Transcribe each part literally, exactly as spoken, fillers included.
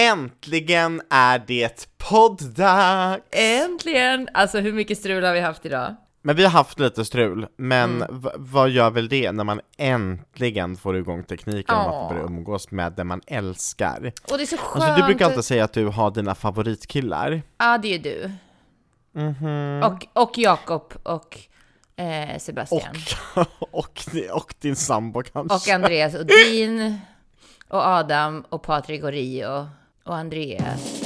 äntligen är det podddags! Äntligen! Alltså hur mycket strul har vi haft idag? Men vi har haft lite strul, men Mm. v- vad gör väl det när man äntligen får igång tekniken och Ja. man får börja umgås med det man älskar? Och det är så skönt. Alltså du brukar alltid säga att du har dina favoritkillar. Ja, det är du. Mhm. Och, och Jakob och eh, Sebastian. Och, och, och din sambo kanske. Och Andreas och Din. Och Adam och Patrik och Rio. Och Andreas.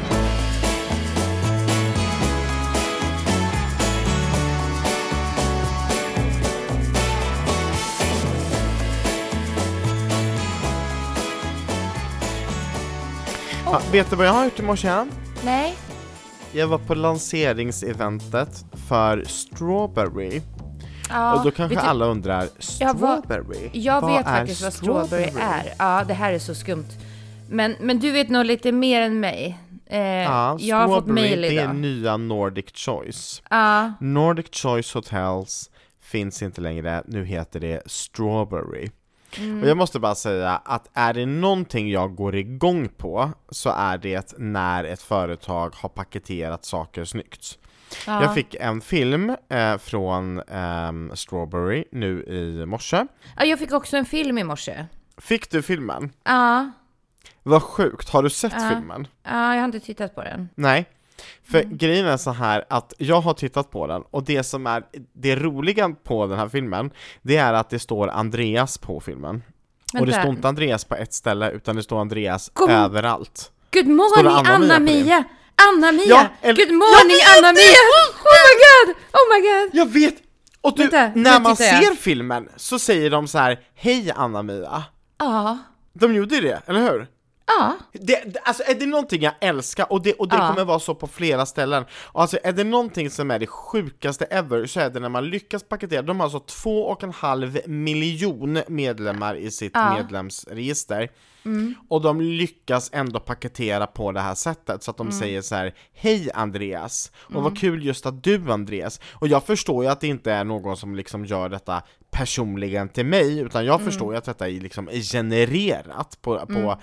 Ja, vet du vad jag har gjort i morse? Nej. Jag var på lanseringseventet för Strawberry. Ja, Och då kanske vet du- alla undrar, Jag var- Strawberry? Jag Vad vet är faktiskt vad strawberry är. Ja, det här är så skumt. Men, men du vet nog lite mer än mig. Eh, Ja, jag har fått Strawberry, mail det är idag. nya Nordic Choice. Ja, Nordic Choice Hotels finns inte längre, nu heter det Strawberry. Mm. Och jag måste bara säga att är det någonting jag går igång på så är det när ett företag har paketerat saker snyggt. ja. Jag fick en film eh, från ehm, Strawberry nu i morse. ja, jag fick också en film i morse. Fick du filmen? Ja, Vad sjukt, har du sett Ja. filmen? ja, jag har inte tittat på den. Nej, för Mm. grejen är så här att jag har tittat på den och det som är det roliga på den här filmen, det är att det står Andreas på filmen. Och det Vänta. står inte Andreas på ett ställe utan det står Andreas Kom- överallt. Good Står morning, det Anna-Mia på Anna-Mia! Anna-Mia! Ja, eller- Good morning, Jag vet, Anna-Mia! Oh my god! Oh my god! Jag vet! Och du, Vänta, nu när man tittar jag. ser filmen så säger de så här: hej Anna-Mia. Ja, De gjorde ju det, eller hur? ja. Det, det, alltså är det någonting jag älskar, och det, och det Ja. kommer vara så på flera ställen, och alltså är det någonting som är det sjukaste ever så är det när man lyckas paketera. De har alltså två och en halv miljon medlemmar i sitt Ja. medlemsregister, Mm. och de lyckas ändå paketera på det här sättet så att de Mm. säger så här: hej Andreas, och vad kul just att du Andreas. Och jag förstår ju att det inte är någon som liksom gör detta personligen till mig, utan jag Mm. förstår ju att detta är liksom genererat på, på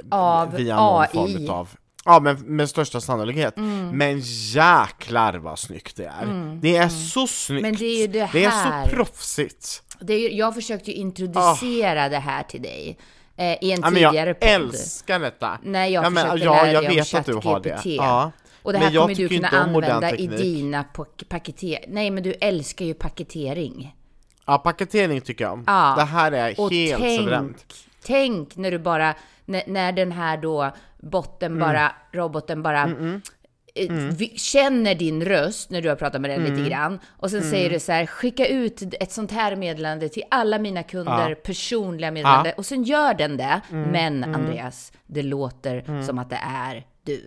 Av via någon A I. form av, ja men med största sannolikhet. Mm. Men jäklar vad snyggt det är. Det är så snyggt. Men det är ju det Det är här. så proffsigt. Det är, ju- jag försökte ju introducera det här till dig eh, i en Ja, men jag tidigare podd. älskar detta. Nej, jag Ja, men, försökte ja, lära jag dig om vet att du har det. ChatGPT. Ja. Och det Men här jag kommer du tycker kunna inte om modern använda i teknik. dina paketering. Nej, men du älskar ju paketering. Ja, paketering tycker jag om. Ja. Det här är Och helt tänk, suveränt. tänk när du bara, när, när den här då botten bara, roboten bara Mm. eh, vi, känner din röst när du har pratat med den Mm. lite grann. Och sen säger du så här: skicka ut ett sånt här meddelande till alla mina kunder, Ja. personliga meddelande. Ja. Och sen gör den det. Mm. Men Andreas, det låter som att det är du.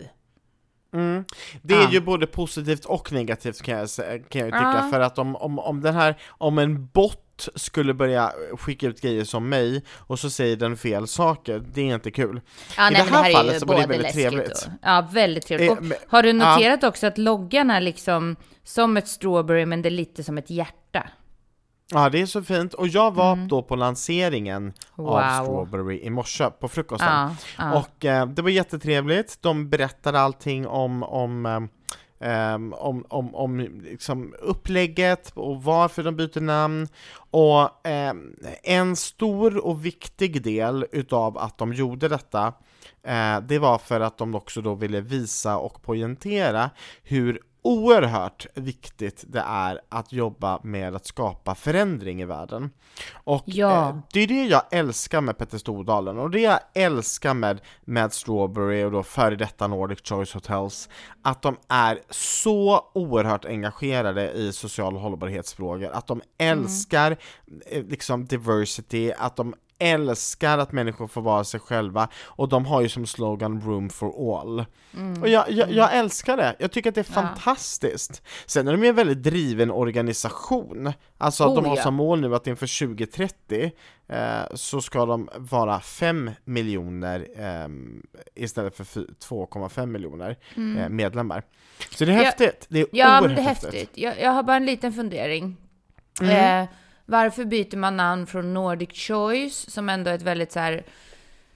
Det är Ja. ju både positivt och negativt kan jag, sä- kan jag ju tycka, Ja. för att om, om, om den här, om en bot skulle börja skicka ut grejer som mig och så säger den fel saker, det är inte kul. Ja, I nej, det men här det här fallet är ju så var det både väldigt läskigt trevligt. och, ja, väldigt trevligt. Eh, Och men- har du noterat också att loggan är liksom som ett strawberry, men det är lite som ett hjärta? Ja, det är så fint. Och jag var då på lanseringen Mm. Wow. av Strawberry i morse på frukosten. Ja, ja. Och eh, det var jättetrevligt. De berättade allting om om eh, Um, om, om, om liksom upplägget och varför de byter namn. Och um, en stor och viktig del utav att de gjorde detta, uh, det var för att de också då ville visa och poängtera hur oerhört viktigt det är att jobba med att skapa förändring i världen. Och Ja. eh, det är det jag älskar med Petter Stordalen, och det jag älskar med, med Strawberry och då före detta Nordic Choice Hotels, att de är så oerhört engagerade i social hållbarhetsfrågor, att de älskar eh, liksom diversity, att de älskar att människor får vara sig själva, och de har ju som slogan room for all. Mm. Och jag, jag, jag älskar det. Jag tycker att det är Ja. fantastiskt. Sen är de ju en väldigt driven organisation. Alltså att Oh, de har ja. som mål nu att inför tjugo trettio eh, så ska de vara fem miljoner eh, istället för fy- två komma fem miljoner eh, medlemmar. Så det är Ja. häftigt. Det är Ja, oerhört men det är häftigt. Jag, jag har bara en liten fundering. Mm. Eh, varför byter man namn från Nordic Choice, som ändå är ett väldigt så här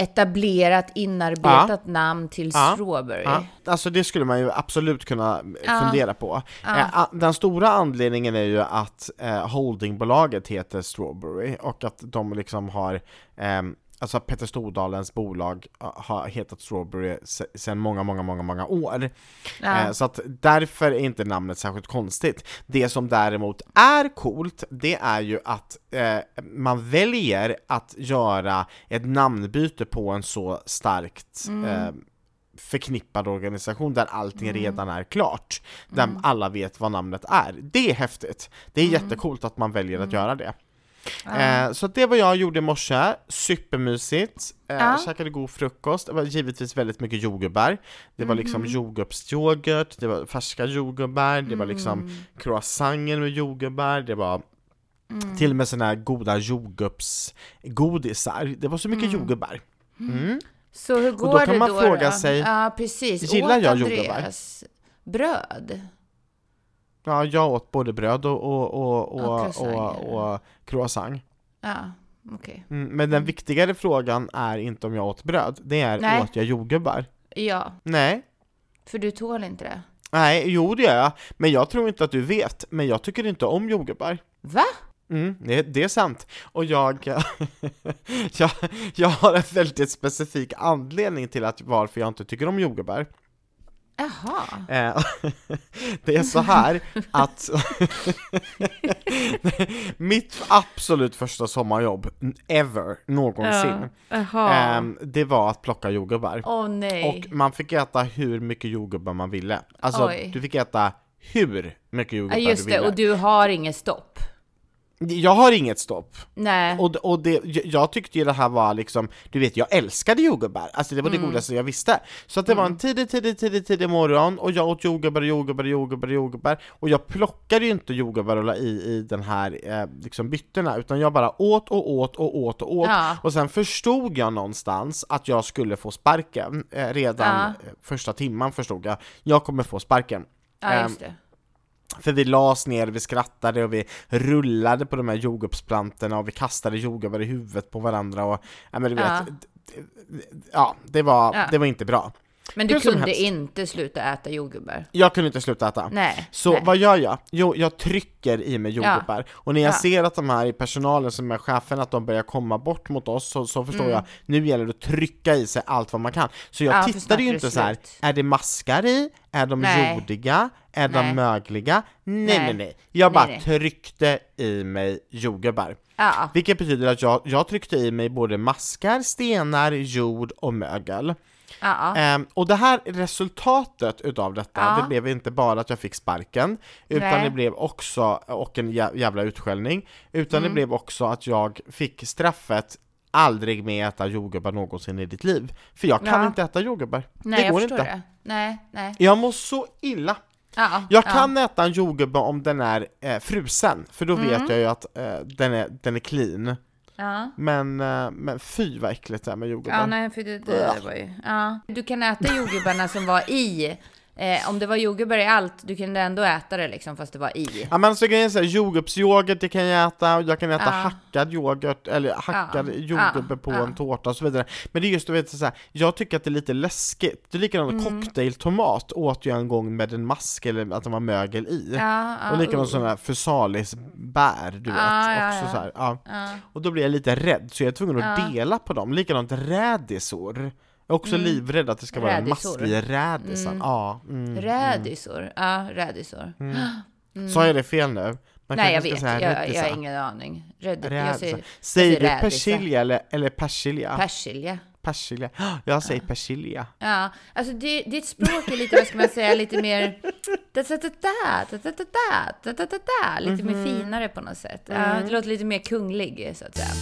etablerat, inarbetat ja. namn till ja. Strawberry. Ja. Alltså det skulle man ju absolut kunna ja. fundera på. Ja. Den stora anledningen är ju att eh, holdingbolaget heter Strawberry och att de liksom har eh, alltså Petter Stordalens bolag har hetat Strawberry sedan många, många, många, många år. Ja. Eh, så att därför är inte namnet särskilt konstigt. Det som däremot är coolt, det är ju att eh, man väljer att göra ett namnbyte på en så starkt mm. eh, förknippad organisation där allting mm. redan är klart. Där mm. alla vet vad namnet är. Det är häftigt. Det är mm. jättecoolt att man väljer att mm. göra det. Ja. Eh, så det var jag gjorde i morse, supermysigt, eh, ja. käkade god frukost, det var givetvis väldigt mycket jordgubbar, det var liksom mm. jordgubbsyoghurt, det var färska jordgubbar, mm. det var liksom croissanter med jordgubbar, det var mm. till och med såna här goda jordgubbsgodisar, det var så mycket mm. jordgubbar. Mm. Så hur går och då kan det man då fråga då? sig, ja, precis. gillar åt jag Andreas jordgubbar? Bröd? Ja, jag åt både bröd och, och, och, och, och, och, och croissant. Ja, okej. Okay. Mm, men den mm. viktigare frågan är inte om jag åt bröd. Det är, Nej. åt jag jordgubbar? Ja. Nej. För du tål inte det? Nej, jo det gör jag. Men jag tror inte att du vet. Men jag tycker inte om jordgubbar. Va? Mm, det, det är sant. Och jag, jag, jag har en väldigt specifik anledning till att varför jag inte tycker om jordgubbar. Jaha. Eh, det är så här att mitt absolut första sommarjobb ever någonsin ja. eh, det var att plocka jordgubbar. Åh nej. Och man fick äta hur mycket jordgubbar man ville. Alltså Oj. du fick äta hur mycket jordgubbar ja, just du ville. det, och du har inget stopp. Jag har inget stopp. Nej. Och, och det, jag tyckte ju det här var liksom, du vet, jag älskade jordgubbar. Alltså det var det mm. godaste jag visste. Så att det mm. var en tidig, tidig, tidig, tidig morgon. Och jag åt jordgubbar, jordgubbar, jordgubbar, jordgubbar. Och jag plockade ju inte jordgubbar och la i, i den här eh, liksom byttorna. Utan jag bara åt och åt och åt och åt. Ja. Och sen förstod jag någonstans att jag skulle få sparken. Eh, redan ja. första timman förstod jag. Jag kommer få sparken. Ja, just det. Eh, För vi las ner, vi skrattade och vi rullade på de här jordgubbsplantorna och vi kastade jordgubbar i huvudet på varandra och ja, men du ja. vet, ja, det var, ja. det var inte bra. Men du kunde inte sluta äta jordgubbar? Jag kunde inte sluta äta. Nej. Så nej. vad gör jag? Jo, jag trycker i mig jordgubbar. Ja. Och när jag ja. ser att de här i personalen som är chefen att de börjar komma bort mot oss så, så förstår mm. jag, nu gäller det att trycka i sig allt vad man kan. Så jag ja, tittade ju inte så här, är det maskar i? Är de nej. jordiga? Är nej. de mögliga? Nej, nej, nej. nej. Jag bara nej, nej. tryckte i mig jordgubbar. Ja. Vilket betyder att jag, jag tryckte i mig både maskar, stenar, jord och mögel. Ja. Um, och det här resultatet utav detta, ja. det blev inte bara att jag fick sparken, utan Nej. det blev också, och en jävla utskällning, utan mm. det blev också att jag fick straffet aldrig mer äta jordgubbar någonsin i ditt liv. För jag kan ja. inte äta jordgubbar. Nej, det går jag inte. Det. Nej, nej. Jag mår så illa. Ja, jag ja. kan äta en jordgubbe om den är eh, frusen, för då mm. vet jag ju att eh, den, är, den är clean. Ja. Men, men fy vad äckligt det är med jordgubbar. Ja, nej, för det, det, det var ju... Ja. Du kan äta jordgubbarna som var i... Eh, om det var jordgubbar i allt, du kunde ändå äta det liksom fast det var i. Ja, men så kan jag säga jordgubbsyoghurt, det kan jag äta, och jag kan äta ja. hackad yoghurt eller hackad ja. jordgubbe ja. på ja. en tårta och så vidare. Men det är just, du vet, så här, jag tycker att det är lite läskigt. Det är likadant mm. cocktailtomat åt jag en gång med en mask eller att det var mögel i. Ja, ja, och likadant uh. sådana här fursalisbär, du vet. Ja, ja, också ja. Så här, ja. Ja. Och då blir jag lite rädd, så jag är tvungen att ja. dela på dem. Likadant rädisor. Jag är också mm. livrädd att det ska vara rädisor. en mask i rädisor. Mm. Ja, mm, rädisor, mm. ja, rädisor. Mm. Mm. Så är det fel nu? Man Nej, jag vet, jag, jag har ingen aning. Rädd, jag säger, säger du persilja eller, eller persilja? Persilja. Persilja. Jag säger ja. persilja. Ja, alltså det, ditt språk är lite, vad ska man säga, lite mer lite mer finare på något sätt. Ja, det låter lite mer kunglig, så att säga.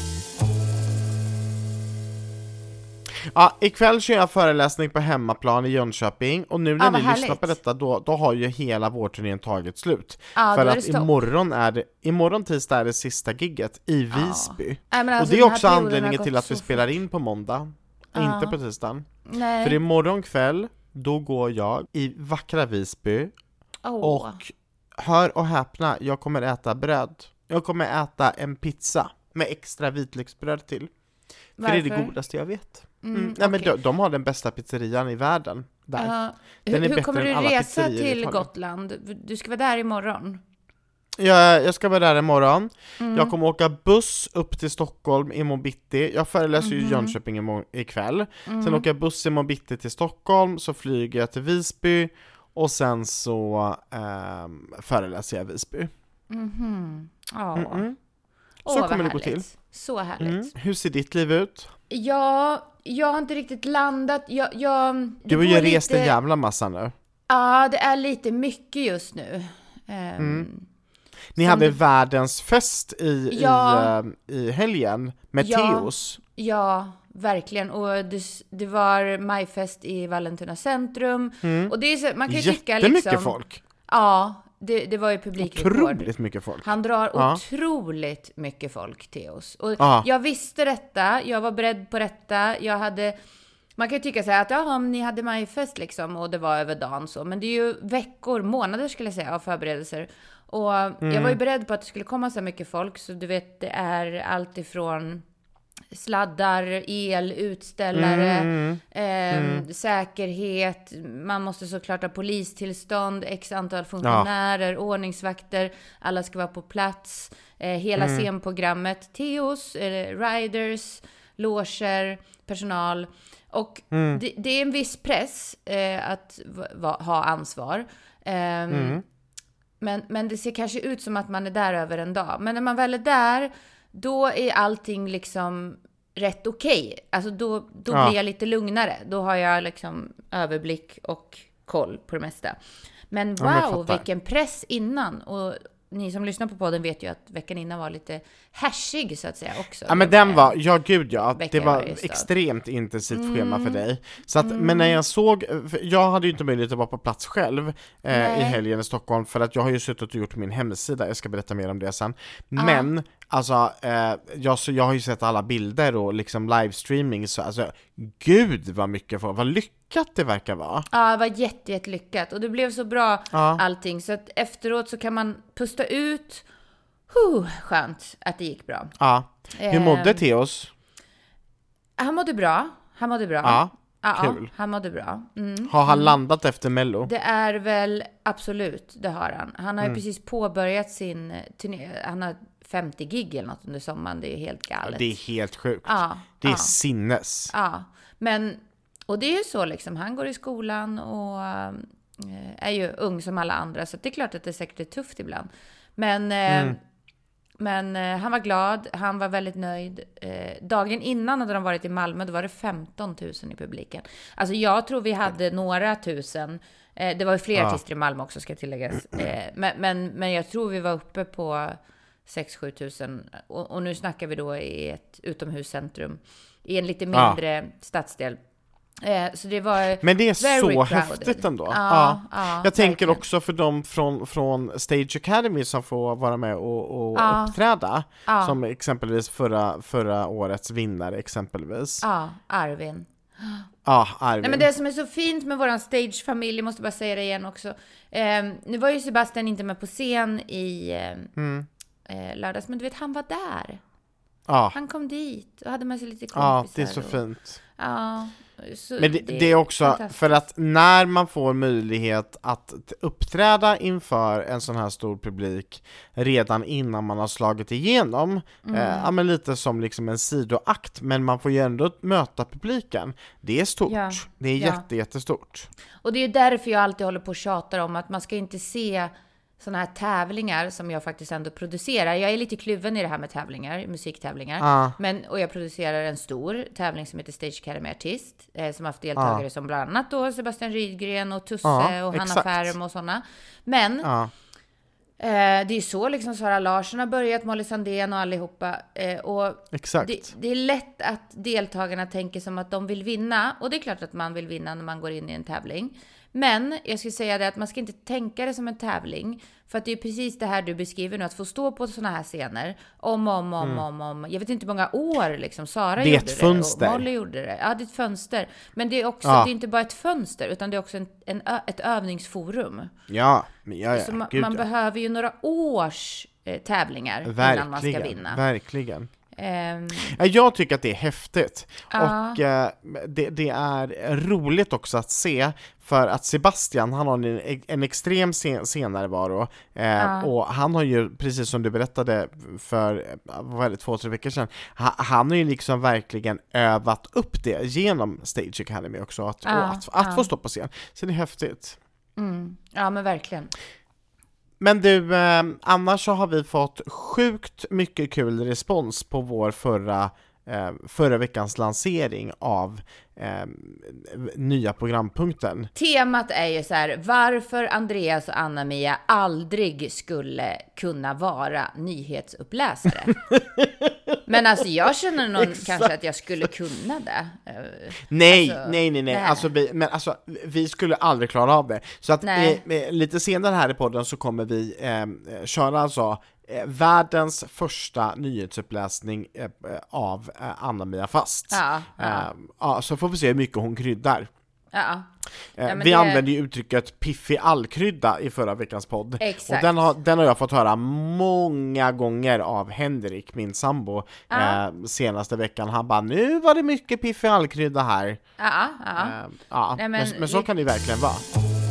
Ja, ikväll kör jag föreläsning på hemmaplan i Jönköping. Och nu när ja, ni härligt. lyssnar på detta, då, då har ju hela vårturnén tagit slut. Ja, för att imorgon är det, imorgon tisdag är det sista gigget i Visby. Ja. Alltså, och det är också anledningen till att vi spelar in på måndag, ja. inte på tisdagen. Nej. För imorgon kväll, då går jag i vackra Visby. Oh. Och hör och häpna, jag kommer äta bröd. Jag kommer äta en pizza med extra vitlöksbröd till. Varför? För det är det godaste jag vet. Mm, mm, nej, okay. men de, de har den bästa pizzerian i världen där. Uh, hur hur kommer du resa till Gotland? Du ska vara där imorgon. Jag, jag ska vara där imorgon. Mm. Jag kommer åka buss upp till Stockholm imorgon bitti. Jag föreläser mm. ju i Jönköping imorgon, ikväll. Mm. Sen åker jag buss imorgon bitti till Stockholm. Så flyger jag till Visby. Och sen så eh, föreläser jag i Visby. Mm-hmm. Oh. Mm-mm. Så oh, kommer det gå till. Så härligt. Mm. Hur ser ditt liv ut? Ja, jag har inte riktigt landat. Jag, jag, du har ju lite... rest en jävla massa nu. Ja, det är lite mycket just nu. Um, mm. Ni hade du... världens fest i, ja, i, i helgen med ja, Teos. Ja, verkligen. Och det, det var majfest i Vallentuna centrum. Mm. Och det är så, man kan ju tycka liksom... Jättemycket folk. Ja, det, det var ju publikrekord. Otroligt mycket folk. Han drar ja. otroligt mycket folk till oss. Och ja. jag visste detta, jag var beredd på detta. Jag hade... Man kan ju tycka så här att ja, ni hade majfest liksom och det var över dagen så. Men det är ju veckor, månader skulle jag säga av förberedelser. Och mm. jag var ju beredd på att det skulle komma så mycket folk. Så du vet, det är allt ifrån sladdar, el, utställare, mm. Eh, mm. säkerhet. Man måste såklart ha polistillstånd, x antal funktionärer, ja. ordningsvakter. Alla ska vara på plats. Eh, hela mm. scenprogrammet. Teos, eh, riders, loger, personal. Och mm. det, det är en viss press eh, att v- va, ha ansvar. Eh, mm. men, men det ser kanske ut som att man är där över en dag. Men när man väl är där, då är allting liksom rätt okej. Okay. Alltså då, då ja. blir jag lite lugnare. Då har jag liksom överblick och koll på det mesta. Men wow, ja, vilken press innan. Och ni som lyssnar på podden vet ju att veckan innan var lite hashig så att säga också. Ja, men den var, ja gud ja, det var extremt intensivt schema mm. för dig. Så att, mm. men när jag såg, jag hade ju inte möjlighet att vara på plats själv eh, i helgen i Stockholm för att jag har ju suttit och gjort min hemsida, jag ska berätta mer om det sen. Men, ah. alltså, eh, jag, så jag har ju sett alla bilder och liksom livestreaming, så alltså, gud vad mycket folk, vad lyckat det verkar vara. Ja, det var jätte, jätte lyckat och det blev så bra ja. allting så att efteråt så kan man pusta ut. Huh, skönt att det gick bra. Ja. Hur mådde Teos? Han mådde bra. Han mådde bra. Ja, ja kul. Ja, han mådde bra. Mm. Har han landat efter Mello? Det är väl absolut, det har han. Han har ju mm. precis påbörjat sin turné. Han har femtio gig eller något under sommaren. Det är helt galet. Ja, det är helt sjukt. Ja, det är ja. sinnes. Ja, men och det är ju så liksom. Han går i skolan och äh, är ju ung som alla andra. Så det är klart att det säkert är tufft ibland. Men... Äh, mm. Men eh, han var glad, han var väldigt nöjd. Eh, dagen innan hade de varit i Malmö, då var det femton tusen i publiken. Alltså jag tror vi hade några tusen. Eh, det var ju fler ja. artister i Malmö också ska tilläggas. Eh, men, men, men jag tror vi var uppe på sex till sju tusen. Och, och nu snackar vi då i ett utomhuscentrum. I en lite mindre ja. stadsdel. Eh, så det var Men det är så crowded. häftigt ändå. Ja, ja. Ja, jag tänker verkligen. Också för dem från, från Stage Academy som får vara med och, och ja. uppträda. Ja. Som exempelvis förra, förra årets vinnare exempelvis. Ja, Arvin. Ja, Arvin. Nej, men det som är så fint med våran Stage-familj, jag måste bara säga det igen också. Eh, nu var ju Sebastian inte med på scen i eh, mm. eh, lördags, men du vet, han var där. Ja. Han kom dit och hade med sig lite kompisar. Ja, det är så och, fint. Ja. Så men det, det, det är också för att när man får möjlighet att uppträda inför en sån här stor publik redan innan man har slagit igenom, mm. eh, ja, men lite som liksom en sidoakt, men man får ju ändå möta publiken. Det är stort. Ja. Det är ja. jätte, jättestort. Och det är därför jag alltid håller på och tjatar om att man ska inte se såna här tävlingar som jag faktiskt ändå producerar. Jag är lite kluven i det här med tävlingar, musiktävlingar. Ah. Men, och jag producerar en stor tävling som heter Stage Academy Artist. Eh, som har haft deltagare ah. som bland annat då Sebastian Rydgren och Tusse ah, och Hanna exakt. Färm och sådana. Men ah. eh, det är så liksom Sara Larsson har börjat, Molly Sandén och allihopa. Eh, och exakt. Det, det är lätt att deltagarna tänker som att de vill vinna. Och det är klart att man vill vinna när man går in i en tävling. Men jag skulle säga det att man ska inte tänka det som en tävling. För att det är precis det här du beskriver nu. Att få stå på såna här scener. Om, om, om, mm. om, om. Jag vet inte hur många år liksom. Sara det gjorde det. Fönster. Och Molly gjorde det. Ja, det är ett fönster. Men det är också, ja. det är inte bara ett fönster. Utan det är också en, en, ett övningsforum. Ja, ja, ja. Så man, Gud, man ja. behöver ju några års eh, tävlingar verkligen, innan man ska vinna. Verkligen. Um... Jag tycker att det är häftigt. Ja. Och eh, det, det är roligt också att se, för att Sebastian, han har en, en extrem sen, scenärvaro. Eh, ja. Och han har ju, precis som du berättade för vad är det, två, tre veckor sedan, ha, han har ju liksom verkligen övat upp det genom Stage Academy också, att, ja. att, att ja. få stå på scen. Så det är häftigt. Mm. Ja, men verkligen. Men du, eh, annars så har vi fått sjukt mycket kul respons på vår förra, eh, förra veckans lansering av eh, nya programpunkten. Temat är ju så här, varför Andreas och Anna-Mia aldrig skulle kunna vara nyhetsuppläsare. Men alltså jag känner någon kanske att jag skulle kunna det. Nej, alltså, nej, nej, nej. nej. Alltså, vi, men alltså, vi skulle aldrig klara av det. Så att eh, lite senare här i podden så kommer vi eh, köra alltså eh, världens första nyhetsuppläsning eh, av eh, Anna-Mia Fast. Ja, ja. Eh, ja, så får vi se hur mycket hon kryddar. Ja. Ja, vi det... använde ju uttrycket piffig allkrydda i förra veckans podd. Exakt. Och den har, den har jag fått höra många gånger av Henrik, min sambo, ja. eh, senaste veckan. Han bara, nu var det mycket piffig allkrydda här. Ja, ja. Eh, ja. Nej, men, men, men så vi... kan det verkligen vara.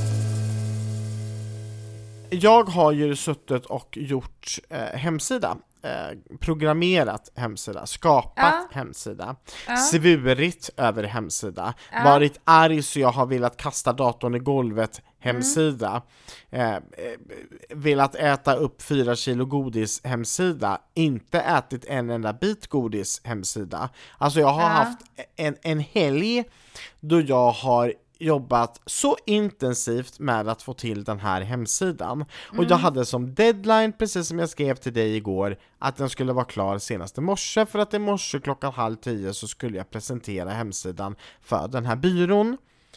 Jag har ju suttit och gjort eh, hemsida. Eh, programmerat hemsida, skapat ja. hemsida, ja. svurit över hemsida, ja. varit arg så jag har velat kasta datorn i golvet hemsida, mm. eh, velat äta upp fyra kilo godis hemsida, inte ätit en enda bit godis hemsida. Alltså jag har ja. haft en, en helg då jag har jobbat så intensivt med att få till den här hemsidan. Mm. Och jag hade som deadline, precis som jag skrev till dig igår, att den skulle vara klar senast i morse, för att i morse klockan halv tio så skulle jag presentera hemsidan för den här byrån.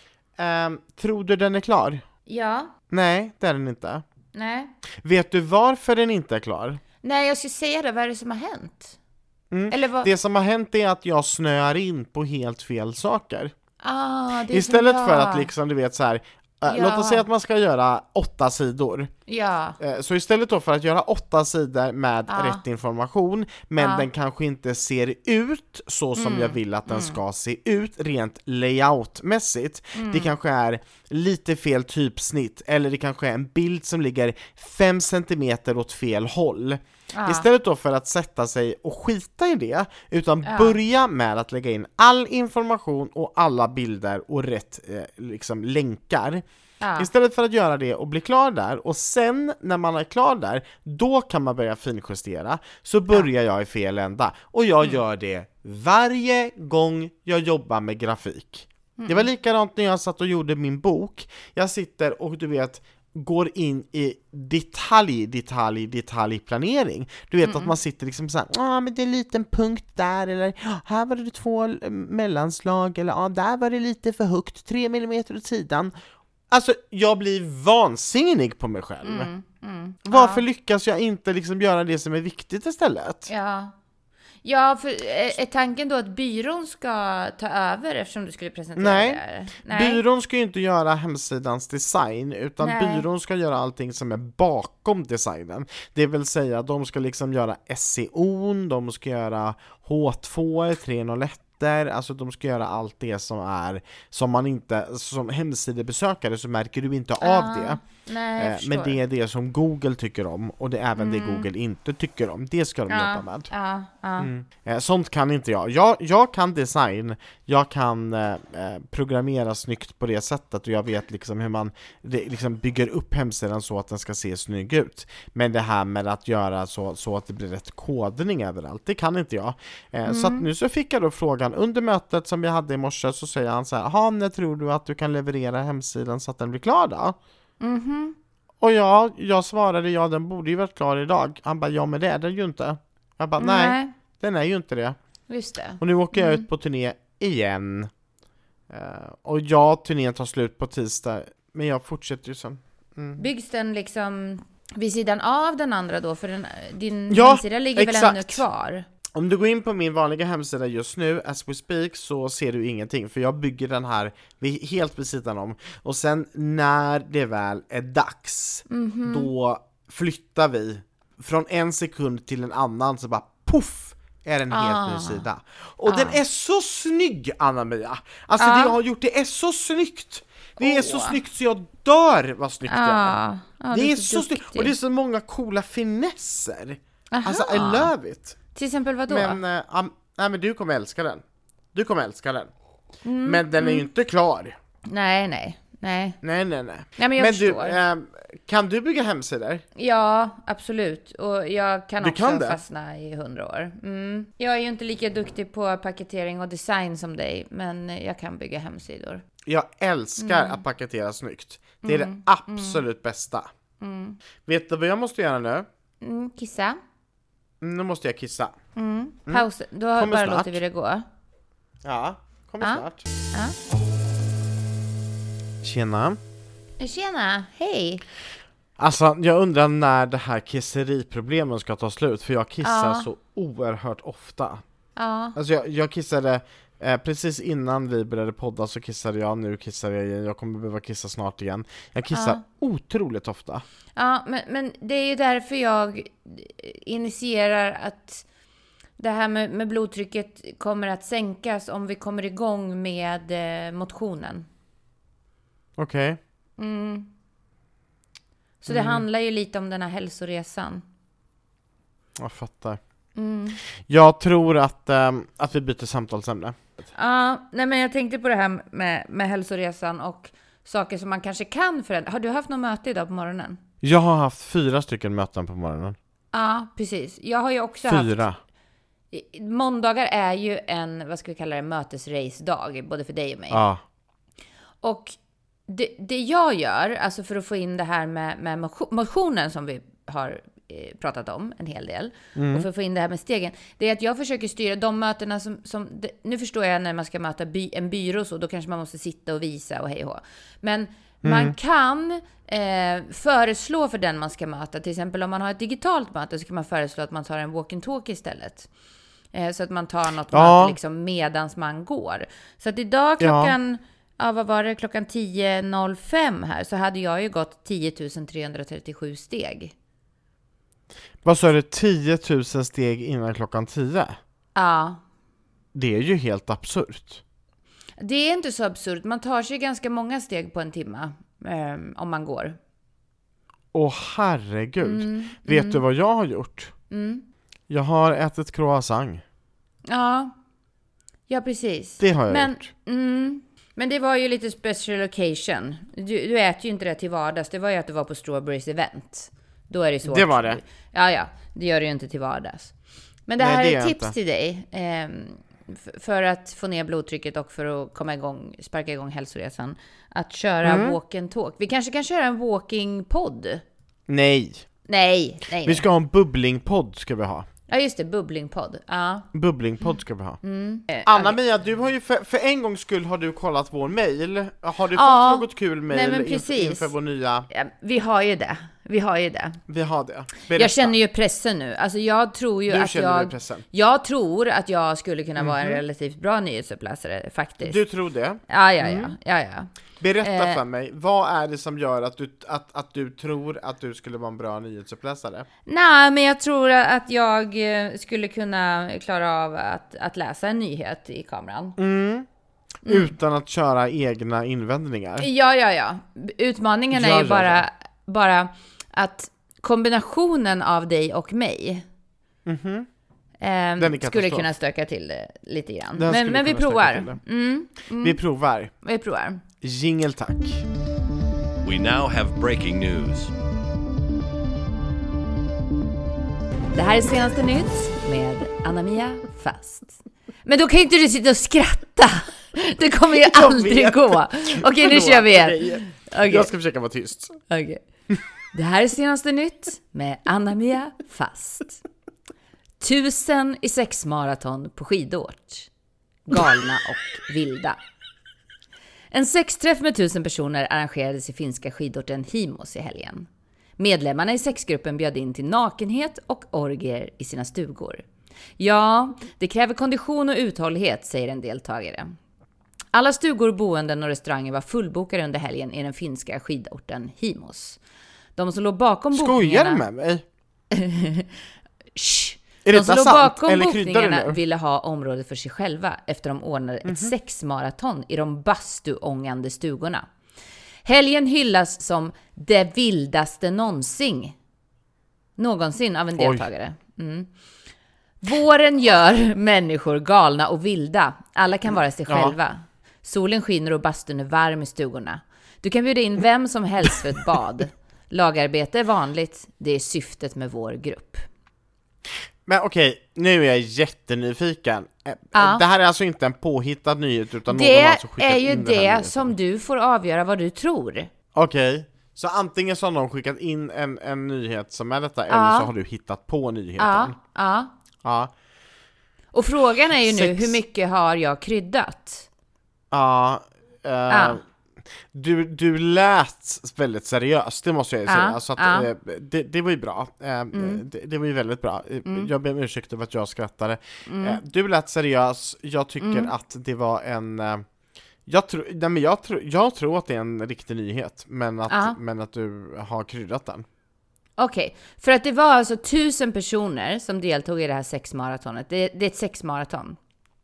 Ehm, tror du den är klar? Ja. Nej, det är den inte. Nej. Vet du varför den inte är klar? Nej, jag ska säga det. Vad är det som har hänt? Mm. Eller vad... Det som har hänt är att jag snöar in på helt fel saker. Ah, det är istället jag... för att liksom, du vet så här, ja. låt oss säga att man ska göra åtta sidor. Ja. Så istället då för att göra åtta sidor med ja. rätt information, men ja. den kanske inte ser ut så som mm. jag vill att den mm. ska se ut rent layoutmässigt. Mm. Det kanske är lite fel typsnitt, eller det kanske är en bild som ligger fem centimeter åt fel håll. Ja. Istället då för att sätta sig och skita i det, utan ja. börja med att lägga in all information och alla bilder och rätt eh, liksom länkar. Ja. Istället för att göra det och bli klar där, och sen när man är klar där, då kan man börja finjustera. Så börjar ja. jag i fel ända, och jag mm. gör det varje gång jag jobbar med grafik. Mm. Det var likadant när jag satt och gjorde min bok. Jag sitter och du vet går in i detalj, detalj, detaljplanering. Du vet mm. att man sitter liksom så här, ja ah, men det är en liten punkt där, eller här var det två mellanslag, eller ja ah, där var det lite för högt, tre millimeter åt sidan. Alltså, jag blir vansinnig på mig själv. Mm. Mm. Varför ja. lyckas jag inte liksom göra det som är viktigt istället? Ja. Ja, för är tanken då att byrån ska ta över eftersom du skulle presentera Nej. det? Nej, byrån ska ju inte göra hemsidans design, utan Nej. byrån ska göra allting som är bakom designen. Det vill säga, de ska liksom göra S E O, de ska göra H två, tre noll ett, alltså de ska göra allt det som är som man inte, som hemsidebesökare så märker du inte av ah, det. Nej, eh, men det är det som Google tycker om, och det är även mm. det Google inte tycker om. Det ska de ah, jobba med. Ah, ah. Mm. Eh, sånt kan inte jag. jag. Jag kan design, jag kan eh, programmera snyggt på det sättet, och jag vet liksom hur man det, liksom bygger upp hemsidan så att den ska se snygg ut. Men det här med att göra så, så att det blir rätt kodning överallt, det kan inte jag. Eh, mm. Så att nu så fick jag då frågan under mötet som vi hade i morse, så säger han så här: "Jaha, när tror du att du kan leverera hemsidan så att den blir klar då?" Mhm. Och ja, jag svarade, ja den borde ju varit klar idag. Han bara, ja men det är den ju inte. Jag bara, nej, nej. den är ju inte det. Just det. Och nu åker jag mm. ut på turné igen. Uh, och ja, turnén tar slut på tisdag, men jag fortsätter ju sen. Mm. Byggs den liksom vid sidan av den andra då? För den, din ja, hemsida ligger exakt. väl ännu kvar? Om du går in på min vanliga hemsida just nu, as we speak, så ser du ingenting. För jag bygger den här helt vid sidan om. Och sen när det väl är dags, mm-hmm. då flyttar vi från en sekund till en annan, så bara puff, är en ah. helt ny sida. Och ah. den är så snygg, Anna-Mia. Alltså ah. det jag har gjort, det är så snyggt. Det är oh. så snyggt så jag dör vad snyggt ah. det är. Ah, det är, är så, så snyggt. Och det är så många coola finesser. Aha. Alltså I love it. Till exempel vad då? Men, äh, um, nej, men du kommer älska den. Du kommer älska den. Mm, men den mm. är ju inte klar. Nej, nej. Nej, nej, nej. nej. nej men jag men förstår. Du, äh, kan du bygga hemsidor? Ja, absolut. Och jag kan du också kan fastna i hundra år. Mm. Jag är ju inte lika duktig på paketering och design som dig, men jag kan bygga hemsidor. Jag älskar mm. att paketera snyggt. Det är mm. det absolut mm. bästa. Mm. Vet du vad jag måste göra nu? Mm, kissa. Nu måste jag kissa. Mm. Paus. Då kommer bara snart. Låter vi det gå. Ja, kommer ja. snart. Ja. Tjena. Tjena, hej. Alltså, jag undrar när det här kisseriproblemen ska ta slut. För jag kissar ja. så oerhört ofta. Ja. Alltså, jag, jag kissade eh, precis innan vi började podda så kissade jag. Nu kissar jag igen. Jag kommer behöva kissa snart igen. Jag kissar ja. otroligt ofta. Ja, men, men det är ju därför jag initierar att det här med, med blodtrycket kommer att sänkas om vi kommer igång med eh, motionen. Okej. Okay. Mm. Så det mm. handlar ju lite om den här hälsoresan. Jag fattar. Mm. Jag tror att, ähm, att vi byter samtalsämne. Ja, nej men jag tänkte på det här med, med hälsoresan och saker som man kanske kan förändra. Har du haft något möte idag på morgonen? Jag har haft fyra stycken möten på morgonen. Ja, precis. Jag har ju också fyra. haft... Måndagar är ju en, vad ska vi kalla det, mötesrace-dag, både för dig och mig. Ja. Och det, det jag gör, alltså för att få in det här med, med motionen som vi har eh, pratat om en hel del, mm. och för att få in det här med stegen, det är att jag försöker styra de mötena som, som det, nu förstår jag när man ska möta by, en byrå så, då kanske man måste sitta och visa och hej och hå. Men mm. man kan eh, föreslå för den man ska möta, till exempel om man har ett digitalt möte så kan man föreslå att man tar en walk-and-talk istället. Eh, så att man tar något ja. möte liksom medans man går. Så att idag klockan... Ja. Ja, vad var det? Klockan tio noll fem här så hade jag ju gått tio tusen trehundratrettiosju steg. Vad sa du? tio tusen steg innan klockan tio? Ja. Det är ju helt absurt. Det är inte så absurt. Man tar sig ganska många steg på en timme eh, om man går. Åh herregud. Mm, Vet mm. du vad jag har gjort? Mm. Jag har ätit croissant. Ja. Ja, precis. Det har jag Men, gjort. Mm, men det var ju lite special occasion. Du, du äter ju inte det till vardags. Det var ju att det var på Strawberries event. Då är det svårt. Det var det. Ja, ja. Det gör det ju inte till vardags. Men det här Nej, det är ett tips inte. till dig. Eh, för att få ner blodtrycket och för att komma igång, sparka igång hälsoresan. Att köra mm. walk and talk. Vi kanske kan köra en walking-podd. Nej. Nej, nej. Vi ska ha en bubbling-podd ska vi ha. Ja just det, bubblingpodd. Ja. Bubblingpodd ska vi ha. Mm. Anna-Mia, du har ju för, för en gångs skull har du kollat vår mail. Har du ja. fått något kul mail inför, inför vår nya... Ja, vi har ju det. Vi har ju det. Vi har det. Berätta. Jag känner ju pressen nu. Alltså jag tror ju du att jag... Pressen. Jag tror att jag skulle kunna mm-hmm. vara en relativt bra nyhetsuppläsare, faktiskt. Du tror det? Ja, ja, ja. Mm. ja, ja. Berätta eh, för mig, vad är det som gör att du, att, att du tror att du skulle vara en bra nyhetsuppläsare? Nej, men jag tror att jag skulle kunna klara av att, att läsa en nyhet i kameran. Mm. Mm. Utan att köra egna invändningar? Ja, ja, ja. Utmaningen ja, är ju ja, bara, ja. bara att kombinationen av dig och mig mm-hmm. eh, skulle kunna stöka till det lite grann. Den men men vi provar. Mm. Mm. Vi provar. Vi provar. Jingle tack. We now have breaking news. Det här är senaste nytt med Anna-Mia Fast. Men då kan ju inte du sitta och skratta. Det kommer ju aldrig gå. Okej, nu kör vi igen. Okay. Jag ska försöka vara tyst. Okej. Det här är senaste nytt med Anna-Mia Fast. Tusen i sex maraton på skidort. Galna och vilda. En sexträff med tusen personer arrangerades i finska skidorten Himos i helgen. Medlemmarna i sexgruppen bjöd in till nakenhet och orgier i sina stugor. Ja, det kräver kondition och uthållighet, säger en deltagare. Alla stugor, boenden och restauranger var fullbokade under helgen i den finska skidorten Himos. De som låg bakom bokningarna... Skojar du med mig? Shh. Är de som låg bakom Eller bokningarna ville ha området för sig själva efter de ordnade mm-hmm. ett sexmaraton i de bastuångande stugorna. Helgen hyllas som det vildaste någonsin. Någonsin av en deltagare. Mm. Våren gör människor galna och vilda. Alla kan vara sig själva. Ja. Solen skiner och bastun är varm i stugorna. Du kan bjuda in vem som helst för ett bad. Lagarbete är vanligt. Det är syftet med vår grupp. Men okej, nu är jag jättenyfiken. Ja. Det här är alltså inte en påhittad nyhet utan det någon har alltså skickat är ju in det som du får avgöra vad du tror. Okej, så antingen så har någon skickat in en, en nyhet som är detta ja. Eller så har du hittat på nyheten. Ja, ja. ja. Och frågan är ju Sex. nu, hur mycket har jag kryddat? Ja, uh, ja. Du, du lät väldigt seriöst, det måste jag ju säga. Ja, så att, ja. eh, det, det var ju bra. Eh, mm. det, det var ju väldigt bra. Mm. Jag ber om ursäkt över att jag skrattade. Mm. Eh, du lät seriös. Jag tycker mm. att det var en... Eh, jag, tro, nej, men jag, tro, jag tror att det är en riktig nyhet, men att, ja. men att du har kryddat den. Okej, okay. För att det var alltså tusen personer som deltog i det här sexmaratonet. Det, det är ett sexmaraton.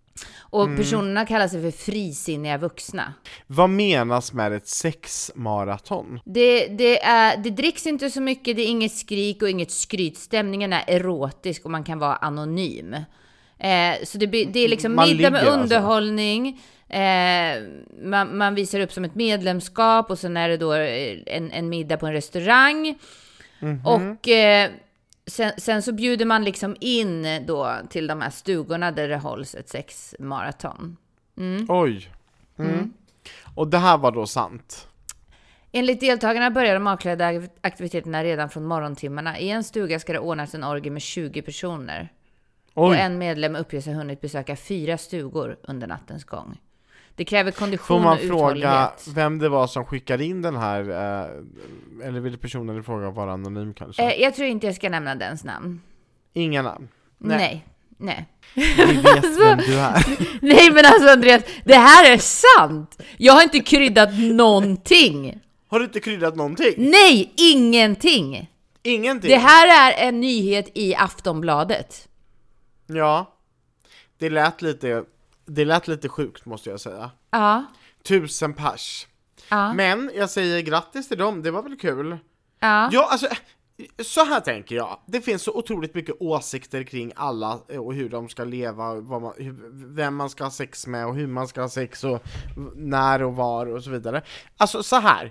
Och mm. personerna kallar sig för frisinniga vuxna. Vad menas med ett sexmaraton? Det, det, är, det dricks inte så mycket, det är inget skrik och inget skryt. Stämningen är erotisk och man kan vara anonym. Eh, så det, det är liksom man middag med underhållning. Alltså. Eh, man, man visar upp som ett medlemskap och sen är det då en, en middag på en restaurang. Mm-hmm. Och... Eh, Sen, sen så bjuder man liksom in då till de här stugorna där det hålls ett sexmaraton. Mm. Oj. Mm. Mm. Och det här var då sant? Enligt deltagarna börjar de avklädda aktiviteterna redan från morgontimmarna. I en stuga ska det ordnas en orgie med tjugo personer. Oj. Och en medlem uppger sig hunnit besöka fyra stugor under nattens gång. Det kräver kondition och uthållighet. Får man fråga vem det var som skickade in den här, eh, eller vill personen i fråga vara anonym kanske? Eh, jag tror inte jag ska nämna dens namn. Inga namn? Nej. Nej. Nej. Vi vet alltså, vem du är. Nej men alltså Andreas, det här är sant. Jag har inte kryddat någonting. Har du inte kryddat någonting? Nej, ingenting. Ingenting? Det här är en nyhet i Aftonbladet. Ja, det lät lite... Det lät lite sjukt måste jag säga. Ja. Tusen pers. Ja. Men jag säger grattis till dem, det var väl kul. Ja. Ja, alltså, så här tänker jag. Det finns så otroligt mycket åsikter kring alla och hur de ska leva, vad man, hur, vem man ska ha sex med och hur man ska ha sex och när och var och så vidare. Alltså så här.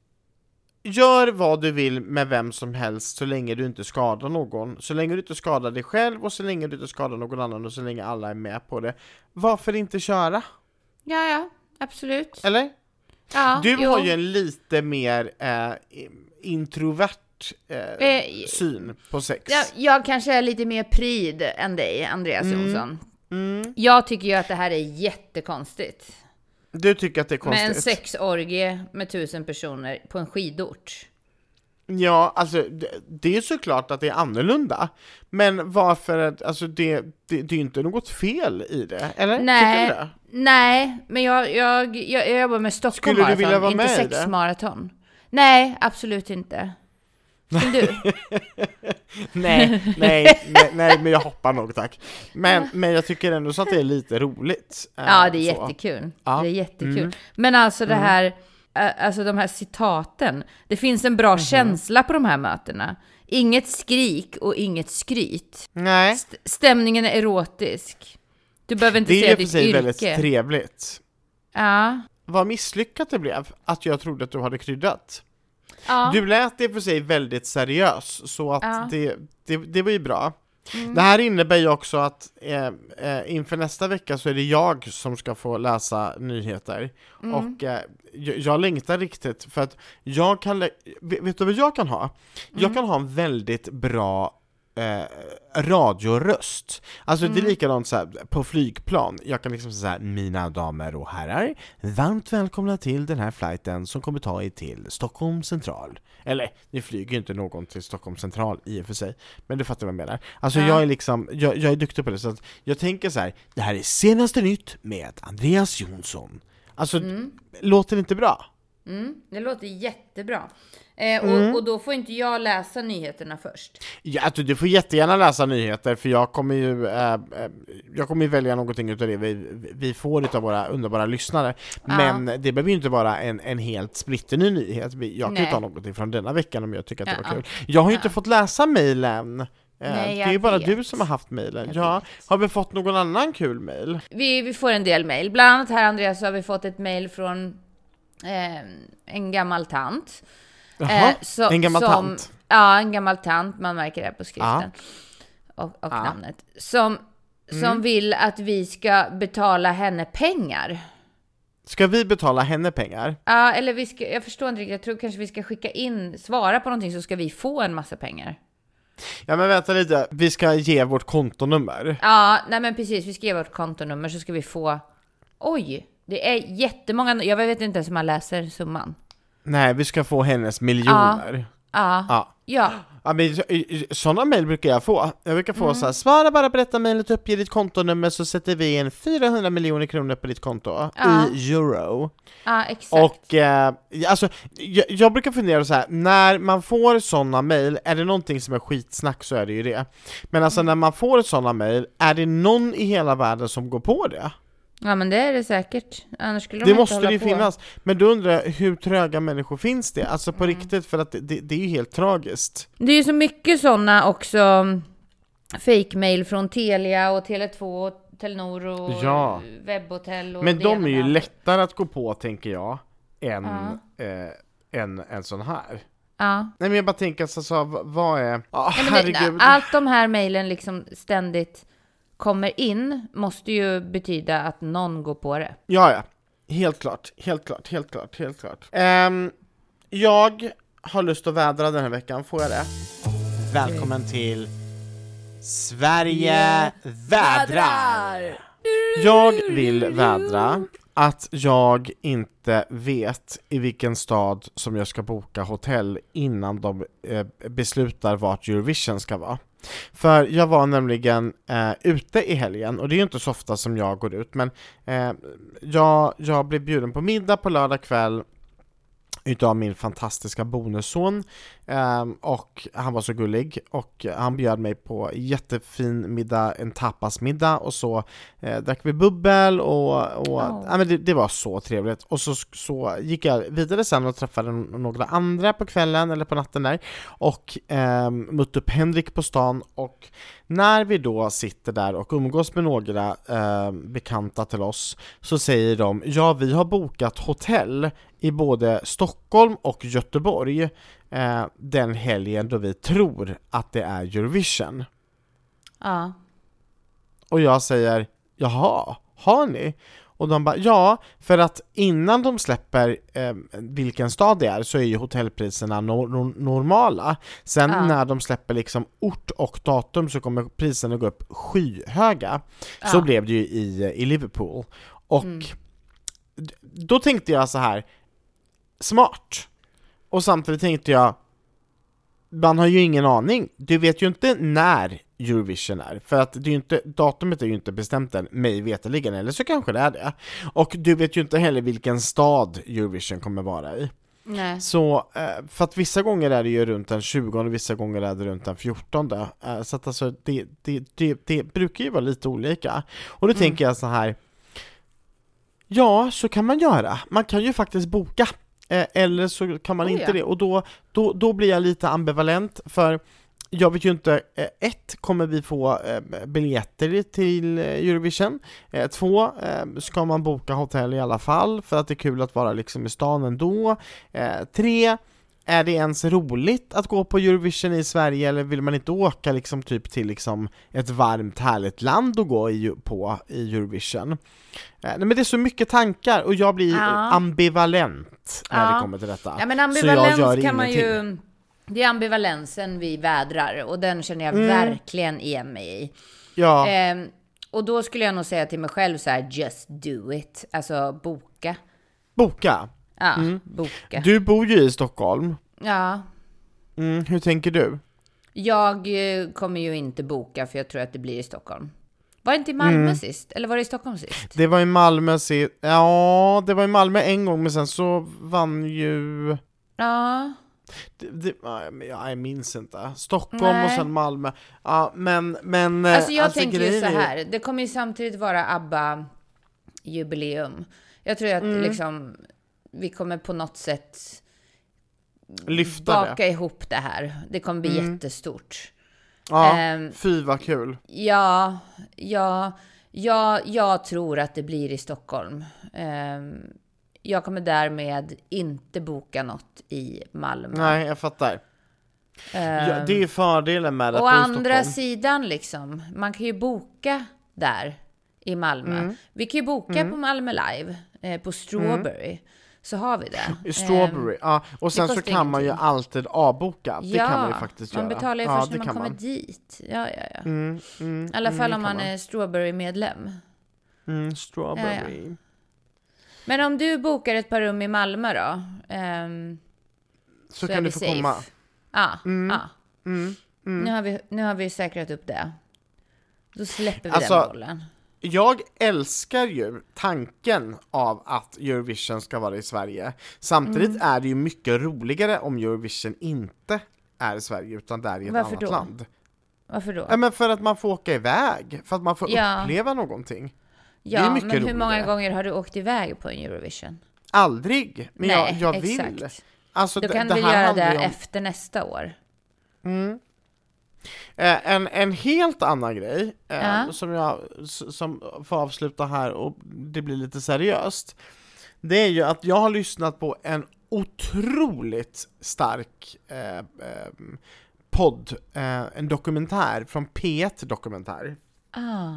Gör vad du vill med vem som helst så länge du inte skadar någon. Så länge du inte skadar dig själv och så länge du inte skadar någon annan och så länge alla är med på det. Varför inte köra? Ja, ja, absolut. Eller? Ja, du jo. har ju en lite mer eh, introvert eh, eh, syn på sex. Jag, jag kanske är lite mer pryd än dig, Andreas mm. Jonsson. Mm. Jag tycker ju att det här är jättekonstigt. Du tycker att det är konstigt? Med en sexorgie med tusen personer på en skidort. Ja, alltså det, det är såklart att det är annorlunda. Men varför, alltså det, det, det är ju inte något fel i det, eller? Nej, tycker du det? Nej, men jag, jag, jag, jag jobbar med Stockholm Skulle du vilja vara inte med sexmaraton. Nej, absolut inte. Vill du? nej, nej, nej, nej, men jag hoppar nog, tack. Men, men jag tycker ändå så att det är lite roligt. Ja, det är så. jättekul. Ja. Det är jättekul. Mm. Men alltså det Mm. här, alltså de här citaten. Det finns en bra mm. känsla på de här mötena. Inget skrik och inget skryt. Nej. St- stämningen är erotisk. Du behöver inte det säga är ditt för sig yrke. väldigt trevligt. Ja. Vad misslyckat det blev att jag trodde att du hade kryddat. Ja. Du lät det för sig väldigt seriös, så att Ja. det, det, det var ju bra. Mm. Det här innebär ju också att eh, eh, inför nästa vecka så är det jag som ska få läsa nyheter. Mm. Och eh, jag, jag längtar riktigt för att jag kan, lä- vet du vad jag kan ha? Mm. Jag kan ha en väldigt bra Eh, radioröst. Alltså mm. det är likadant så här, på flygplan. Jag kan liksom säga, mina damer och herrar, varmt välkomna till den här flighten som kommer ta er till Stockholm central. Eller, ni flyger ju inte någon till Stockholm central i och för sig, men du fattar vad jag menar. Alltså ja. jag är liksom, jag, jag är duktig på det, så att jag tänker så här, det här är senaste nytt med Andreas Jonsson. Alltså, mm. låter det inte bra? Mm, det låter jättebra. Eh, och, Mm. och då får inte jag läsa nyheterna först. Ja, du, du får jättegärna läsa nyheter, för jag kommer ju äh, jag kommer ju välja någonting utav det vi, vi får utav våra underbara lyssnare. Ja. Men det behöver ju inte vara en, en helt splitterny nyhet. Jag kan Nej. ju ta någonting från denna veckan om jag tycker att det Ja, var ja. kul. Jag har ju Ja. inte fått läsa mejlen. Eh, Nej, det är ju jag bara vet. du som har haft mejlen. Jag Ja, vet. har vi fått någon annan kul mejl? Vi, vi får en del mejl. Bland annat här, Andreas, så har vi fått ett mejl från eh, en gammal tant. Jaha, Eh, så- en gammal som- tant. Ja, en gammal tant. Man märker det på skriften. Och, och Ja. namnet. Som, som Mm. vill att vi ska betala henne pengar. Ska vi betala henne pengar? Ja, eller vi ska, jag förstår inte riktigt. Jag tror kanske vi ska skicka in, svara på någonting så ska vi få en massa pengar. Ja, men vänta lite. Vi ska ge vårt kontonummer. Ja, nej men precis. Vi ska ge vårt kontonummer så ska vi få... Oj, det är jättemånga... Jag vet inte ens hur man läser summan. Nej, vi ska få hennes miljoner. Ja, Ja. ja. Ja, men sådana mejl brukar jag få. Jag brukar få Mm. så här: svara bara, berätta mejlet, uppge ditt kontonummer så sätter vi in fyrahundra miljoner kronor på ditt konto Ja. i euro. Ja, exakt. Och eh, alltså, jag, jag brukar fundera så här: när man får sådana mejl, är det någonting som är skitsnack så är det ju det. Men alltså Mm. när man får sådana mejl, är det någon i hela världen som går på det? Ja, men det är det säkert. Annars skulle de Det inte måste hålla det ju på. finnas. Men då undrar jag, hur tröga människor finns det? Alltså på Mm. riktigt, för att det, det, det är ju helt tragiskt. Det är ju så mycket sådana också fake-mail från Telia och Tele två och Telenor och Ja. Webbhotell och Men det de ena är ju med allt. lättare att gå på, tänker jag, än, Ja. eh, än en sån här. Ja. Nej, men jag bara tänker så, så v- vad är... Ah, Nej, men det, herregud. allt de här mejlen liksom ständigt kommer in måste ju betyda att någon går på det. Ja, ja. Helt klart, helt klart, helt klart, helt klart. Ehm, jag har lust att vädra den här veckan, får jag det? Välkommen till Sverige vädrar! Jag vill vädra att jag inte vet i vilken stad som jag ska boka hotell innan de eh, beslutar vart Eurovision ska vara. För jag var nämligen eh, ute i helgen, och det är ju inte så ofta som jag går ut, men eh, jag, jag blev bjuden på middag på lördag kväll utav min fantastiska bonusson, eh, och han var så gullig och han bjöd mig på jättefin middag, en tapasmiddag, och så eh, drack vi bubbel och, och Oh. ja, men det, det var så trevligt. Och så, så gick jag vidare sen och träffade några andra på kvällen eller på natten där och eh, mötte upp Henrik på stan, och när vi då sitter där och umgås med några eh, bekanta till oss, så säger de: ja, vi har bokat hotell i både Stockholm och Göteborg eh, den helgen då vi tror att det är Eurovision. Ja. Och jag säger: jaha, har ni? Och de bara: ja, för att innan de släpper eh, vilken stad det är så är ju hotellpriserna no- no- normala. Sen Ja. när de släpper liksom ort och datum så kommer priserna gå upp skyhöga. Ja. Så blev det ju i, i Liverpool. Och Mm. d- då tänkte jag så här: smart. Och samtidigt tänkte jag, man har ju ingen aning. Du vet ju inte när Eurovision är, för att det är ju inte, datumet är ju inte bestämt än, mig veterligen, eller så kanske det är det. Och du vet ju inte heller vilken stad Eurovision kommer vara i. Nej. Så, eh, för att vissa gånger är det ju runt den tjugonde och vissa gånger är det runt den fjortonde. Eh, så att alltså, det, det, det, det brukar ju vara lite olika. Och då Mm. tänker jag så här: ja, så kan man göra. Man kan ju faktiskt boka. Eh, eller så kan man Oh, inte ja. det. Och då, då, då blir jag lite ambivalent, för jag vet ju inte, eh, ett, kommer vi få eh, biljetter till eh, Eurovision? Eh, två, eh, ska man boka hotell i alla fall för att det är kul att vara liksom i stan ändå? Eh, tre, är det ens roligt att gå på Eurovision i Sverige, eller vill man inte åka liksom typ till liksom ett varmt härligt land och gå i, på i Eurovision? Eh, nej, men det är så mycket tankar och jag blir Ja. eh, ambivalent när Ja. det kommer till detta. Ja, men Så jag ambivalens gör kan man ingenting. ju... Det är ambivalensen vi vädrar och den känner jag Mm. verkligen igen mig i. Ja. Ehm, och då skulle jag nog säga till mig själv så här: just do it. Alltså boka. Boka. Ja, boka. Du bor ju i Stockholm. Ja, Mm, hur tänker du? jag eh, kommer ju inte boka för jag tror att det blir i Stockholm. Var det inte i Malmö Mm. sist? Eller var det i Stockholm sist? Det var i Malmö sist. Ja, det var i Malmö en gång, men sen så vann ju... Ja. Det, det, ja, jag minns inte. Stockholm Nej. och sen Malmö. Ja, men... men Alltså jag alltså, tänker ju grejen så är- här. Det kommer ju samtidigt vara ABBA-jubileum. Jag tror att Mm. liksom... Vi kommer på något sätt... Lyfta baka det. ihop det här. Det kommer bli Mm. jättestort. Ja, Ehm, fy vad kul. Ja, ja, ja, jag tror att det blir i Stockholm. Ehm, jag kommer därmed inte boka något i Malmö. Nej, jag fattar. Ehm, Ja, det är fördelen med att Å bo i andra Stockholm. sidan liksom, man kan ju boka där i Malmö. Mm. Vi kan ju boka på Malmö Live, eh, på Strawberry. Så har vi det. I Strawberry, Ehm, ja. Och sen så kostar kan man ju ingenting. alltid avboka. Det ja, kan man ju faktiskt man göra. betalar ju Ja, först det när man kan kommer man. dit. Ja, ja, ja. Mm, mm, I alla mm, fall det om kan man är Strawberry-medlem. Mm, Strawberry. Men om du bokar ett par rum i Malmö då? ehm, Så, är kan vi du få safe. komma. Ja, Mm. ja. Mm, mm. Nu, har vi, nu har vi säkrat upp det. Då släpper vi Alltså, den bollen. Jag älskar ju tanken av att Eurovision ska vara i Sverige. Samtidigt Mm. är det ju mycket roligare om Eurovision inte är i Sverige utan där i ett Varför annat då? land. Varför då? Ja, men för att man får åka iväg, för att man får Ja. uppleva någonting. det är Ja, mycket men hur många roligare. gånger har du åkt iväg på en Eurovision? Aldrig, men jag, Nej, jag vill. exakt. Alltså, Då det- kan det du här göra handlar det ju om- efter nästa år. Mm. Eh, en, en helt annan grej eh, Ja. som jag s- som får avsluta här och det blir lite seriöst. Det är ju att jag har lyssnat på en otroligt stark eh, eh, podd, eh, en dokumentär från P ett Dokumentär Ah.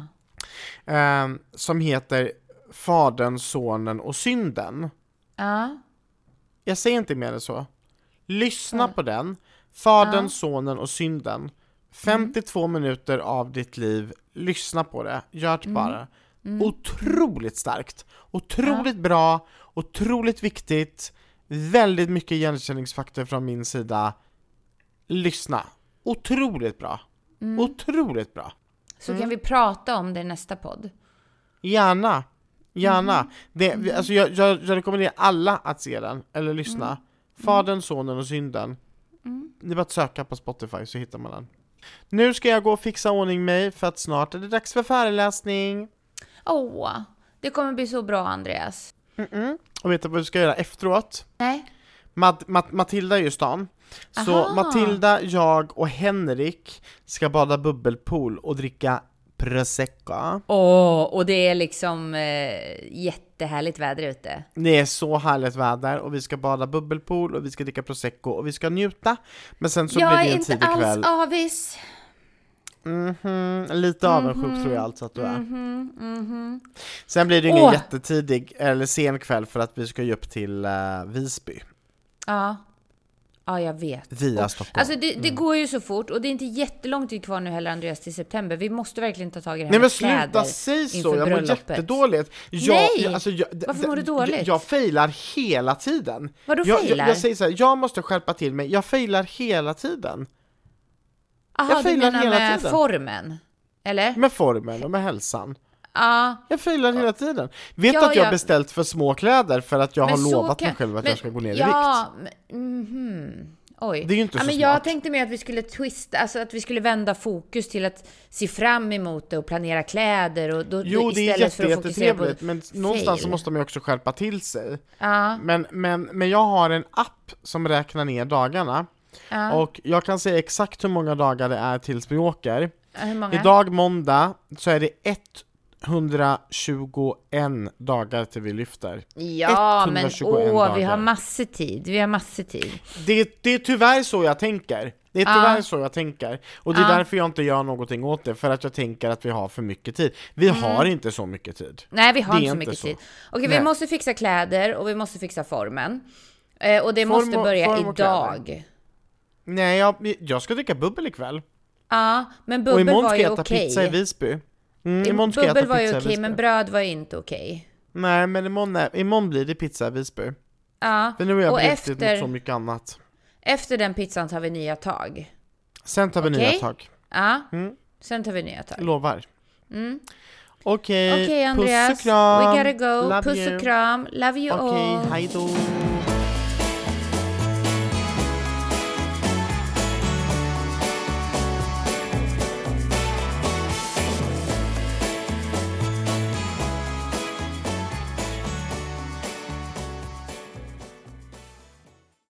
eh, som heter Fadern, sonen och synden. Ja. Jag säger inte mer än så. Lyssna Ja. på den. Fadern, Ja. sonen och synden. femtiotvå minuter av ditt liv. Lyssna på det. Gör det bara. Otroligt starkt. Otroligt bra. Otroligt viktigt. Väldigt mycket igenkänningsfaktor från min sida. Lyssna. Otroligt bra. Otroligt bra. Så Mm. kan vi prata om det i nästa podd. Gärna. Gärna. Mm. Det, alltså jag, jag, jag rekommenderar alla att se den. Eller lyssna. Fadern, sonen och synden. Mm. Det är bara att söka på Spotify så hittar man den. Nu ska jag gå och fixa ordning mig för att snart är det dags för föreläsning. Åh, det kommer bli så bra, Andreas. Mm-mm. Och vet du vad vi ska göra efteråt? Nej. Mat- Mat- Matilda är ju i stan. Så Aha. Matilda, jag och Henrik ska bada bubbelpool och dricka prosecco. Åh, och det är liksom eh, jättehärligt väder ute. Det är så härligt väder och vi ska bada bubbelpool och vi ska dricka prosecco och vi ska njuta. Men sen så jag blir är det en inte tidig kväll. alls avis. Mhm, lite avundsjuk tror jag alltså att du är. Mhm, mhm. Sen blir det ingen Åh. jättetidig eller sen kväll för att vi ska ju upp till uh, Visby Ja. Ja, jag vet. via Och, Stockholm. alltså det, det går ju så fort och det är inte jättelång tid kvar nu heller, Andreas, till september. Vi måste verkligen ta tag i det här Nej men med sluta, kläder säg så, inför jag mår bröllopet. jättedåligt. Jag, Nej! jag, alltså, jag, Varför mår du jag- dåligt? Jag, jag failar hela tiden. Vadå jag, failar? Jag, jag säger så här, jag måste skärpa till mig, jag failar hela tiden. Aha, jag du failar menar hela med tiden. formen? Eller? Med formen och med hälsan. Ja. Jag failar hela tiden. Vet Ja, du att jag ja. beställt för små kläder för att jag Men har så lovat kan- mig själv att men- jag ska gå ner i ja, vikt? Men, mhm. Oj. Det är ju inte ja, så men smart. jag tänkte mer att vi skulle twista, alltså att vi skulle vända fokus till att se fram emot det och planera kläder och då, Jo, då, det är istället jätte, för att fokusera jättetrevligt, på men någonstans så fail. måste man ju också skärpa till sig. Ja, Men, men, men jag har en app som räknar ner dagarna. ja. Och jag kan säga exakt hur många dagar det är tills vi åker. Hur många? Idag måndag så är det etthundratjugoen dagar till vi lyfter. Ja, men etthundratjugoen åh, vi dagar. har massor tid. Vi har massor tid. Det, det är tyvärr så jag tänker. Det är Ja. tyvärr så jag tänker. Och det är Ja. därför jag inte gör någonting åt det. För att jag tänker att vi har för mycket tid. Vi har inte så mycket tid. Nej, vi har Det är inte så inte mycket så. tid. Okej, Nej. vi måste fixa kläder och vi måste fixa formen. Eh, och det Form måste och- börja form och idag. Nej, jag, jag ska dricka bubbel ikväll. Ja, men Och bubbel imorgon var ska ju jag äta okej. pizza i Visby. Mm, imorgon ska jag Bubbel äta var ju pizza i okej, Visby. men bröd var ju inte okej. Nej, men imorgon, är, imorgon blir det pizza i Visby. Ja, För nu har jag och brutit efter, mot så mycket annat. efter den pizzan tar vi nya tag. Sen tar vi Okej. nya tag. Ja, Mm. sen tar vi nya tag. Lovar. Mm. Okej, okay, Andreas. puss och kram. We gotta go. Love puss you. och kram. Love you okay, all. Okej, hej då.